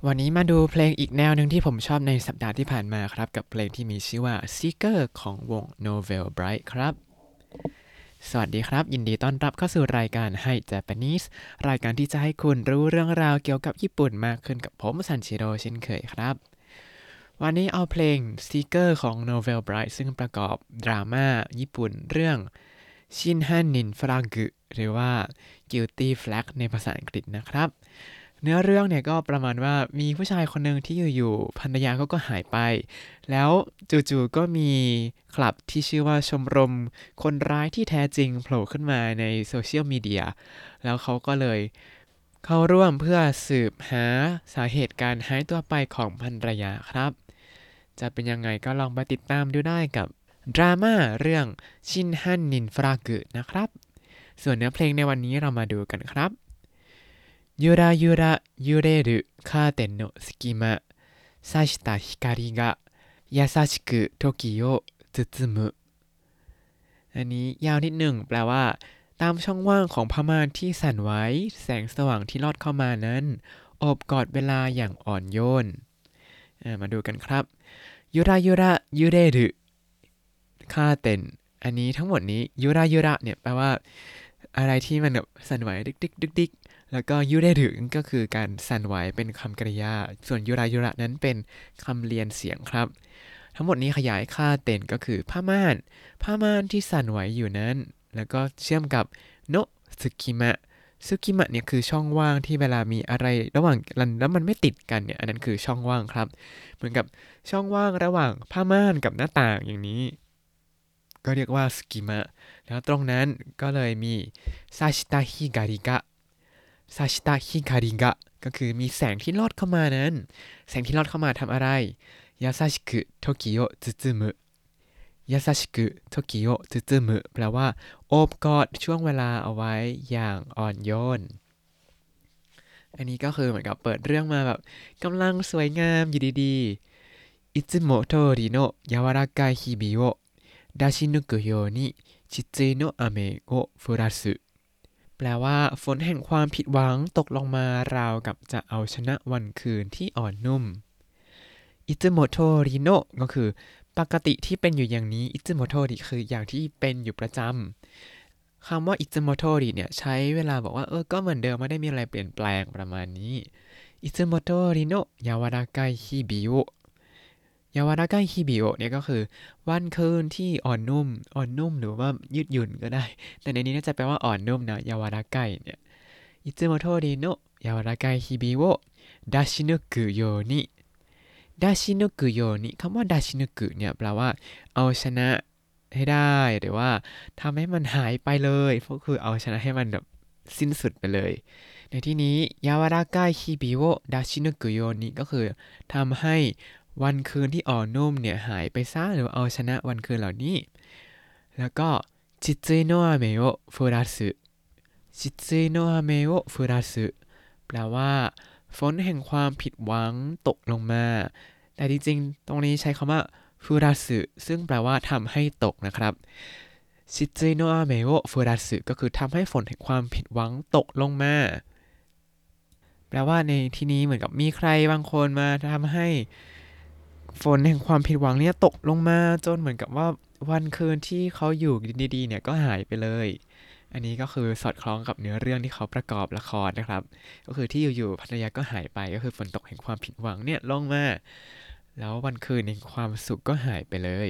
วันนี้มาดูเพลงอีกแนวหนึ่งที่ผมชอบในสัปดาห์ที่ผ่านมาครับกับเพลงที่มีชื่อว่า Seeker ของวง Novel Bright ครับสวัสดีครับยินดีต้อนรับเข้าสู่รายการ Hi Japanese รายการที่จะให้คุณรู้เรื่องราวเกี่ยวกับญี่ปุ่นมากขึ้นกับผมซันชิโร่เช่นเคยครับวันนี้เอาเพลง Seeker ของ Novel Bright ซึ่งประกอบดราม่าญี่ปุ่นเรื่องชินฮันนินฟรากหรือว่า Guilty Flag ในภาษาอังกฤษนะครับ เนื้อเรื่องเนี่ยก็ประมาณว่ามีผู้ชายคนหนึ่งที่อยู่ๆภรรยาเขาก็หายไปแล้วจู่ๆก็มีคลับที่ชื่อว่าชมรมคนร้ายที่แท้จริงโผล่ขึ้นมาในโซเชียลมีเดียแล้วเขาก็เลยเข้าร่วมเพื่อสืบหาสาเหตุการหายตัวไปของภรรยาครับจะเป็นยังไงก็ลองไปติดตามดูได้กับดราม่าเรื่องชินฮันนินฟรากนะครับส่วนเนื้อเพลงในวันนี้เรามาดูกันครับ ゆらゆら揺れるカーテンの隙間、差した光が優しく時を包むอันนี้ยาวนิดหนึ่งแปลว่าตามช่องว่างของผ้าม่านที่สั่นไหวแสงสว่างที่ลอดเข้ามานั้นโอบกอดเวลาอย่างอ่อนโยนมาดูกันครับยุระยุระยุเรรุคาเต็นอันนี้ทั้งหมดนี้ยุระยุระเนี่ยแปลว่าอะไรที่มันแบบสั่นไหวดึกดิกดึกดิกแล้วก็ยุเรรุก็คือการสั่นไหวเป็นคำกริยาส่วนยุระยุระนั้นเป็นคำเรียนเสียงครับทั้งหมดนี้ขยายค่าเต็นก็คือผ้าม่านที่สั่นไหวอยู่นั้นแล้วก็เชื่อมกับโนะสึกิมะซึกิมะเนี่ยคือช่องว่างที่เวลามีอะไรระหว่างกันแล้วมันไม่ติดกันเนี่ยอันนั้นคือช่องว่างครับเหมือนกับช่องว่างระหว่างผ้าม่านกับหน้าต่างอย่างนี้ก็เรียกว่าสกิมะแล้วตรงนั้นก็เลยมีซาชิตาฮิการิกะซาชิตาฮิการิกะก็คือมีแสงที่ลอดเข้ามานั้นแสงที่ลอดเข้ามาทำอะไรยาซาชิกุโทกิโอซึซึมุยาซาชิกุโทกิโอซึซึมุแปลว่าโอบกอดช่วงเวลาเอาไว้อย่างอ่อนโยน อันนี้ก็คือเหมือนกับเปิดเรื่องมาแบบกำลังสวยงามอยู่ดีๆいつも通りの柔らかい日々を出し抜くように失意の雨を降らすแปลว่าฝนแห่งความผิดหวังตกลงมาราวกับจะเอาชนะวันคืนที่อ่อนนุ่มอิซึโมโทริโนะก็คือปกติที่เป็นอยู่อย่างนี้อิซึโมโทริคืออย่างที่เป็นอยู่ประจำคำว่าอิซึโมโทริเนี่ยใช้เวลาบอกว่าก็เหมือนเดิมไม่ได้มีอะไรเปลี่ยนแปลงประมาณนี้ いつも通りの柔らかい日々を柔らかい日々をเนี่ยก็คือวันคืนที่อ่อนนุ่มหรือว่ายืดหยุ่นก็ได้แต่ในนี้น่าจะแปลว่าอ่อนนุ่มนะ柔らかいเนี่ยいつも通りの柔らかい日々を出し抜くように出し抜くようにคำว่า出し抜くเนี่ยแปลว่าเอาชนะให้ได้หรือว่าทำให้มันหายไปเลยก็คือเอาชนะให้มันแบบสิ้นสุดไปเลย ในที่นี้ยาวารากายฮิบิโอดาชินุกุโยนิก็คือทำให้วันคืนที่อ่อนนุ่มเนี่ยหายไปซะหรือเอาชนะวันคืนเหล่านี้แล้วก็จิตซึโนะเมโอฟุรัสจิตซึโนะเมโอฟุรัสแปลว่าฝนแห่งความผิดหวังตกลงมาแต่จริงๆตรงนี้ใช้คำว่าฟุรัสซึ่งแปลว่าทำให้ตกนะครับจิตซึโนะเมโอฟุรัสก็คือทำให้ฝนแห่งความผิดหวังตกลงมา แปลว่าในที่นี้เหมือนกับมีใครบางคนมาทำให้ฝนแห่งความผิดหวังเนี่ยตกลงมาจนเหมือนกับว่าวันคืนที่เขาอยู่ดีๆเนี่ยก็หายไปเลยอันนี้ก็คือสอดคล้องกับเนื้อเรื่องที่เขาประกอบละครนะครับก็คือที่อยู่ๆภรรยาก็หายไปก็คือฝนตกแห่งความผิดหวังเนี่ยลงมาแล้ววันคืนแห่งความสุขก็หายไปเลย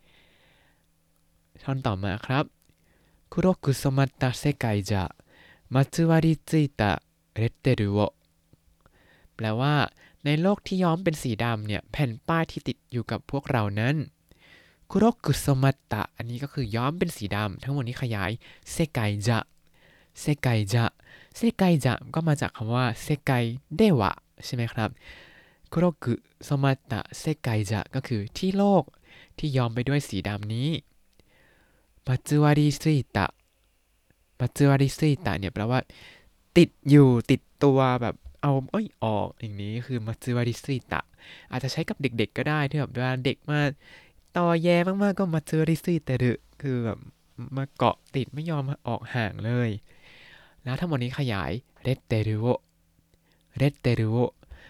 ท่อนต่อมาครับ黒く染まった世界じゃまつわりついたレッテルをแปลว่าในโลกที่ย้อมเป็นสีดำเนี่ยแผ่นป้ายที่ติดอยู่กับพวกเรานั้นคุโรกุโซมัตตะอันนี้ก็คือย้อมเป็นสีดำทั้งหมดนี้ขยายเซไกจะเซไกจะเซไกจะก็มาจากคำว่าเซไกเดวะใช่ไหมครับคุโรกุโซมัตตะเซไกจะก็คือที่โลกที่ย้อมไปด้วยสีดำนี้มัตสึวาริซุยตะมัตสึวาริซุยตะเนี่ยแปลว่าติดอยู่ติดตัวแบบเอาออกอย่างนี้คือมัตสึวาริซุยตะอาจจะใช้กับเด็กๆก็ได้ที่แบบเวลาเด็กมาตอแยมากๆก็มัตสึวาริซุยแต่ดึคือแบบมาเกาะติดไม่ยอมออกห่างเลยแล้วทั้งหมดนี้ขยายเรตเตรุโอเรตเตรุโอ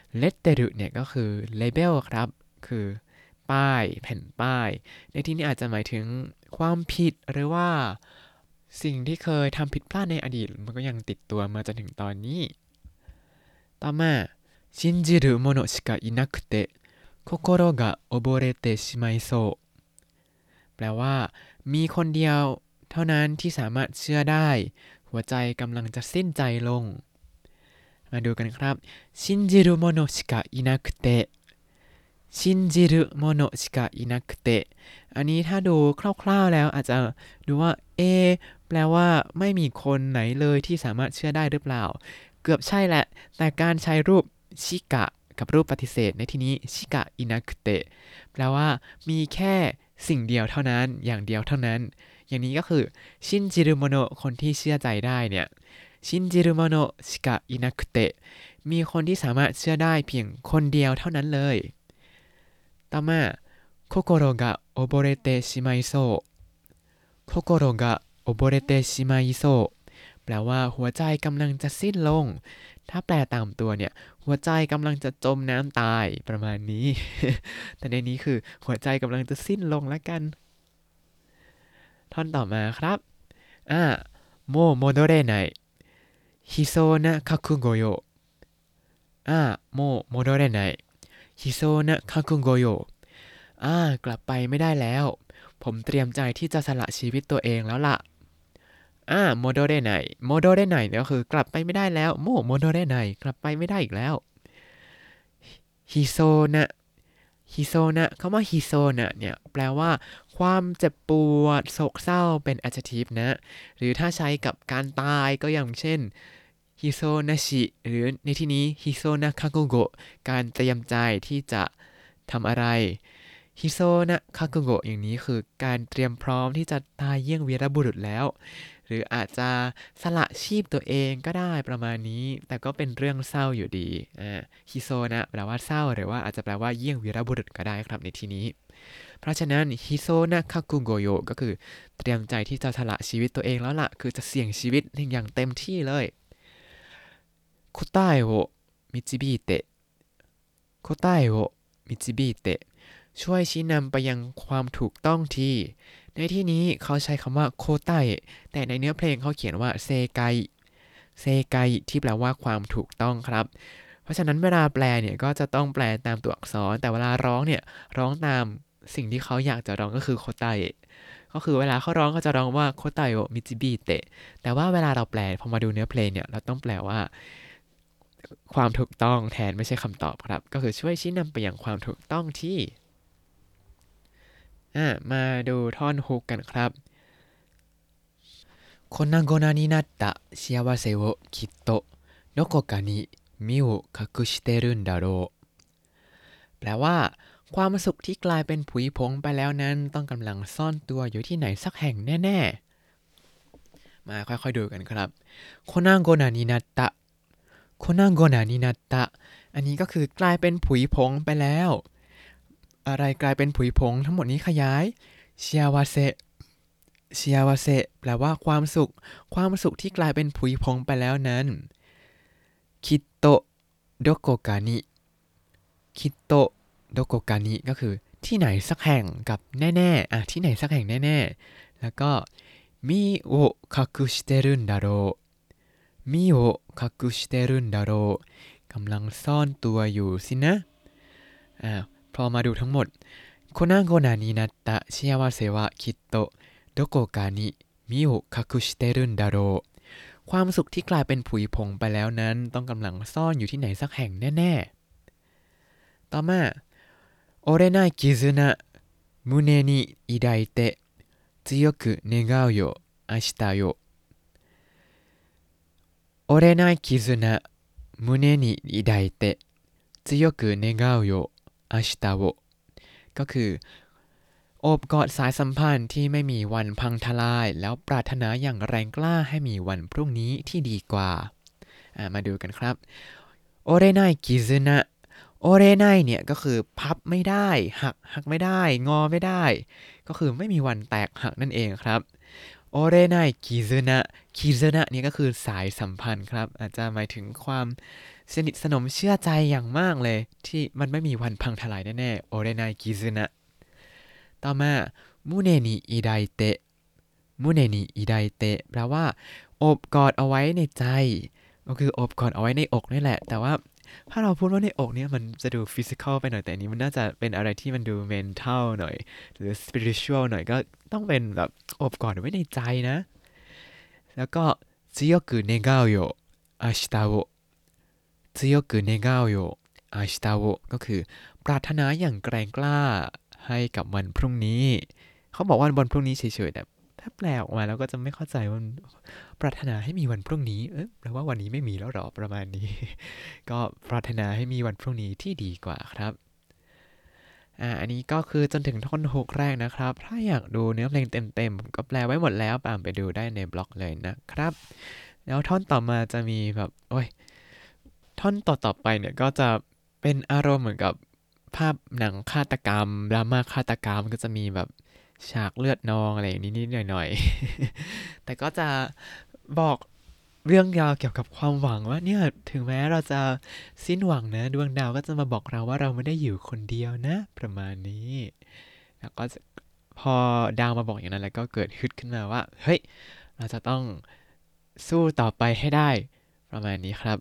เลตเตรุเนี่ยก็คือเลเบลครับคือป้ายแผ่นป้ายในที่นี้อาจจะหมายถึงความผิดหรือว่าสิ่งที่เคยทำผิดพลาดในอดีตมันก็ยังติดตัวมาจนถึงตอนนี้ต่อมา信じる者しかいなくて心が溺れてしまいそうแปลว่ามีคนเดียวเท่านั้นที่สามารถเชื่อได้หัวใจกำลังจะสิ้นใจลงมาดูกันครับ信じる者しかいなくて信じる者しかいなくてอันนี้ถ้าดูคร่าวๆแล้วอาจจะดูว่าแปลว่าไม่มีคนไหนเลยที่สามารถเชื่อได้หรือเปล่าเกือบใช่แหละแต่การใช้รูปชิกะกับรูปปฏิเสธในที่นี้ชิกะอินาคุเตะแปลว่ามีแค่สิ่งเดียวเท่านั้นอย่างเดียวเท่านั้นอย่างนี้ก็คือชินจิรุโมโนะคนที่เชื่อใจได้เนี่ยชินจิรุโมโนะชิกะอินาคุเตะมีคนที่สามารถเชื่อได้เพียงคนเดียวเท่านั้นเลยต่อมา心が溺れてしまいそう心が溺れてしまいそうแปลว่าหัวใจกำลังจะสิ้นลงถ้าแปลตามตัวเนี่ยหัวใจกำลังจะจมน้ำตายประมาณนี้ แต่ในนี้คือหัวใจกำลังจะสิ้นลงแล้วกันท่อนต่อมาครับもう戻れない悲壮な覚悟よもう戻れない悲壮な覚悟よกลับไปไม่ได้แล้วผมเตรียมใจที่จะสละชีวิตตัวเองแล้วล่ะโมโดเรไนโมโดเรไนเนี่ยก็คือกลับไปไม่ได้แล้วโมโดเรไนกลับไปไม่ได้อีกแล้วฮิโซนะฮิโซนะคำว่าฮิโซนะเนี่ยแปลว่าความเจ็บปวดโศกเศร้าเป็น adjective นะหรือถ้าใช้กับการตายก็อย่างเช่นฮิโซนะชิหรือในที่นี้ฮิโซนะคากุโกะการเตรียมใจที่จะทำอะไรฮิโซนะคากุโกะอย่างนี้คือการเตรียมพร้อมที่จะตายเยี่ยงวีรบุรุษแล้วหรืออาจจะสละชีพตัวเองก็ได้ประมาณนี้แต่ก็เป็นเรื่องเศร้าอยู่ดีฮิโซนะแปลว่าเศร้าหรือว่าอาจจะแปลว่าเยี่ยงวีรบุรุษก็ได้ครับในที่นี้เพราะฉะนั้นฮิโซนะคากุโกโยก็คือเตรียมใจที่จะสละชีวิตตัวเองแล้วล่ะคือจะเสี่ยงชีวิตอย่างเต็มที่เลย答えを導いて答えを導いてช่วยชี้นำไปยังความถูกต้องทีในที่นี้เขาใช้คำว่าโคไตแต่ในเนื้อเพลงเขาเขียนว่าเซไกเซไกที่แปลว่าความถูกต้องครับเพราะฉะนั้นเวลาแปลเนี่ยก็จะต้องแปลตามตัวอักษรแต่เวลาร้องเนี่ยร้องตามสิ่งที่เขาอยากจะร้องก็คือโคไตก็คือเวลาเขาร้องเขาจะร้องว่าโคไตโอมิจิบิเตะแต่ว่าเวลาเราแปลพอมาดูเนื้อเพลงเนี่ยเราต้องแปลว่าความถูกต้องแทนไม่ใช่คำตอบครับก็คือช่วยชี้นำไปยังความถูกต้องที่มาดูท่อนฮุกกันครับ粉々になった幸せをきっとどこかに身を隠してるんだろうแปลว่าความสุขที่กลายเป็นผุยผงไปแล้วนั้นต้องกำลังซ่อนตัวอยู่ที่ไหนสักแห่งแน่ๆมาค่อยๆดูกันครับ粉々になった粉々になったอันนี้ก็คือกลายเป็นผุยผงไปแล้วอะไรกลายเป็นผุยผงทั้งหมดนี้ขยาย幸せ幸せแปลว่าความสุขความสุขที่กลายเป็นผุยผงไปแล้วนั้นคิโตะโดโกกานิคิโตะโดโกกานิก็คือที่ไหนสักแห่งกับแน่ๆที่ไหนสักแห่งแน่ๆแล้วก็มิโอคักุชิเตรุนดาโรมิโอคักุชิเตรุนดาโรกำลังซ่อนตัวอยู่สินะพอมาดูทั้งหมดโคนาโกนานินัตตะชิยาวาเซวะคิโตะโดโกกานิมิโอคักุชิเตรุนดาโรความสุขที่กลายเป็นผุยผงไปแล้วนั้นต้องกำลังซ่อนอยู่ที่ไหนสักแห่งแน่ๆต่อมาโอเรไนคิซุนะมุเนนิอิไดเตะ強く願うよ明日よ折れない絆胸に抱いて強く願うよ明日をก็คือโอบกอดสายสัมพันธ์ที่ไม่มีวันพังทลายแล้วปรารถนาอย่างแรงกล้าให้มีวันพรุ่งนี้ที่ดีกว่ามาดูกันครับโอเรไนคิซุนะโอเรไนเนี่ยก็คือพับไม่ได้หักไม่ได้งอไม่ได้ก็คือไม่มีวันแตกหักนั่นเองครับโอเรไนคิซุนะคิซุนะนี่ก็คือสายสัมพันธ์ครับอาจจะหมายถึงความสนิทสนมเชื่อใจอย่างมากเลยที่มันไม่มีวันพังทลายแน่ๆโอเรไนกิซึนะต่อมามุเนนิอิไดเตะมุเนนิอิไดเตะแปลว่าโอบกอดเอาไว้ในใจก็คือโอบกอดเอาไว้ในอกนี่แหละแต่ว่าถ้าเราพูดว่าในอกเนี่ยมันจะดูฟิสิกอลไปหน่อยแต่อันนี้มันน่าจะเป็นอะไรที่มันดูเมนทัลหน่อยหรือสปิริตชัวลหน่อยก็ต้องเป็นแบบโอบกอดเอาไว้ในใจนะแล้วก็強く願うよ明日を強く願うよ明日をก็คือปรารถนาอย่างแกร่งกล้าให้กับวันพรุ่งนี้เขาบอกว่าวันพรุ่งนี้เฉยๆแต่ถ้าแปลออกมาแล้วก็จะไม่เข้าใจว่าปรารถนาให้มีวันพรุ่งนี้แปลว่าวันนี้ไม่มีแล้วหรอประมาณนี้ก็ปรารถนาให้มีวันพรุ่งนี้ที่ดีกว่าครับอันนี้ก็คือจนถึงท่อนฮุกแรกนะครับถ้าอยากดูเนื้อเพลงเต็มๆผมก็แปลไว้หมดแล้วตามไปดูได้ในบล็อกเลยนะครับแล้วท่อนต่อมาจะมีแบบท่อนต่อๆไปเนี่ยก็จะเป็นอารมณ์เหมือนกับภาพหนังฆาตกรรมดราม่าฆาตกรรมก็จะมีแบบฉากเลือดนองอะไรอย่างนี้นิดๆหน่อยๆแต่ก็จะบอกเรื่องราวเกี่ยวกับความหวังว่าเนี่ยถึงแม้เราจะสิ้นหวังนะดวงดาวก็จะมาบอกเราว่าเราไม่ได้อยู่คนเดียวนะประมาณนี้แล้วก็พอดาวมาบอกอย่างนั้นแล้วก็เกิดฮึดขึ้นมาว่าเฮ้ยเราจะต้องสู้ต่อไปให้ได้ประมาณนี้ครับ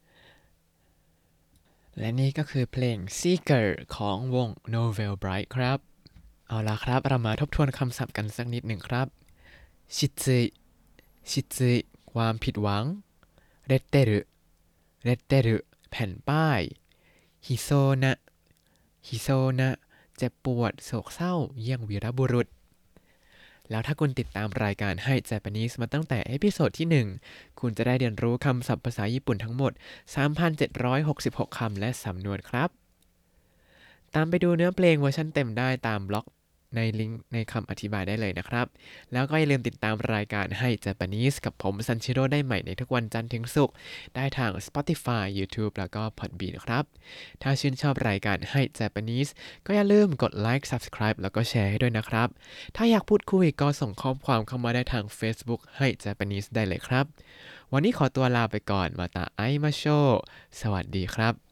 และนี่ก็คือเพลง Seeker ของวง Novel Bright ครับเอาล่ะครับเรามาทบทวนคำศัพท์กันสักนิดหนึ่งครับชิซึชิซึความผิดหวังเรตเตรุเรตเตรุแผ่นป้ายฮิโซนะฮิโซนะเจ็บปวดโศกเศร้าเยี่ยงวีรบุรุษแล้วถ้าคุณติดตามรายการให้ Japanese มาตั้งแต่เอพิโซดที่ 1คุณจะได้เรียนรู้คำศัพท์ภาษาญี่ปุ่นทั้งหมด 3,766 คำและสำนวนครับตามไปดูเนื้อเพลงเวอร์ชันเต็มได้ตามบล็อกในลิงก์ในคำอธิบายได้เลยนะครับแล้วก็อย่าลืมติดตามรายการให้ Japanese กับผมซันชิโร่ได้ใหม่ในทุกวันจันทร์ถึงศุกร์ได้ทาง Spotify YouTube แล้วก็ Podbean ครับถ้าชื่นชอบรายการให้ Japanese ก็อย่าลืมกดไลค์ Subscribe แล้วก็แชร์ให้ด้วยนะครับถ้าอยากพูดคุยก็ส่งข้อความเข้ามาได้ทาง Facebook ให้ Japanese ได้เลยครับวันนี้ขอตัวลาไปก่อนมาตาไอมาโชสวัสดีครับ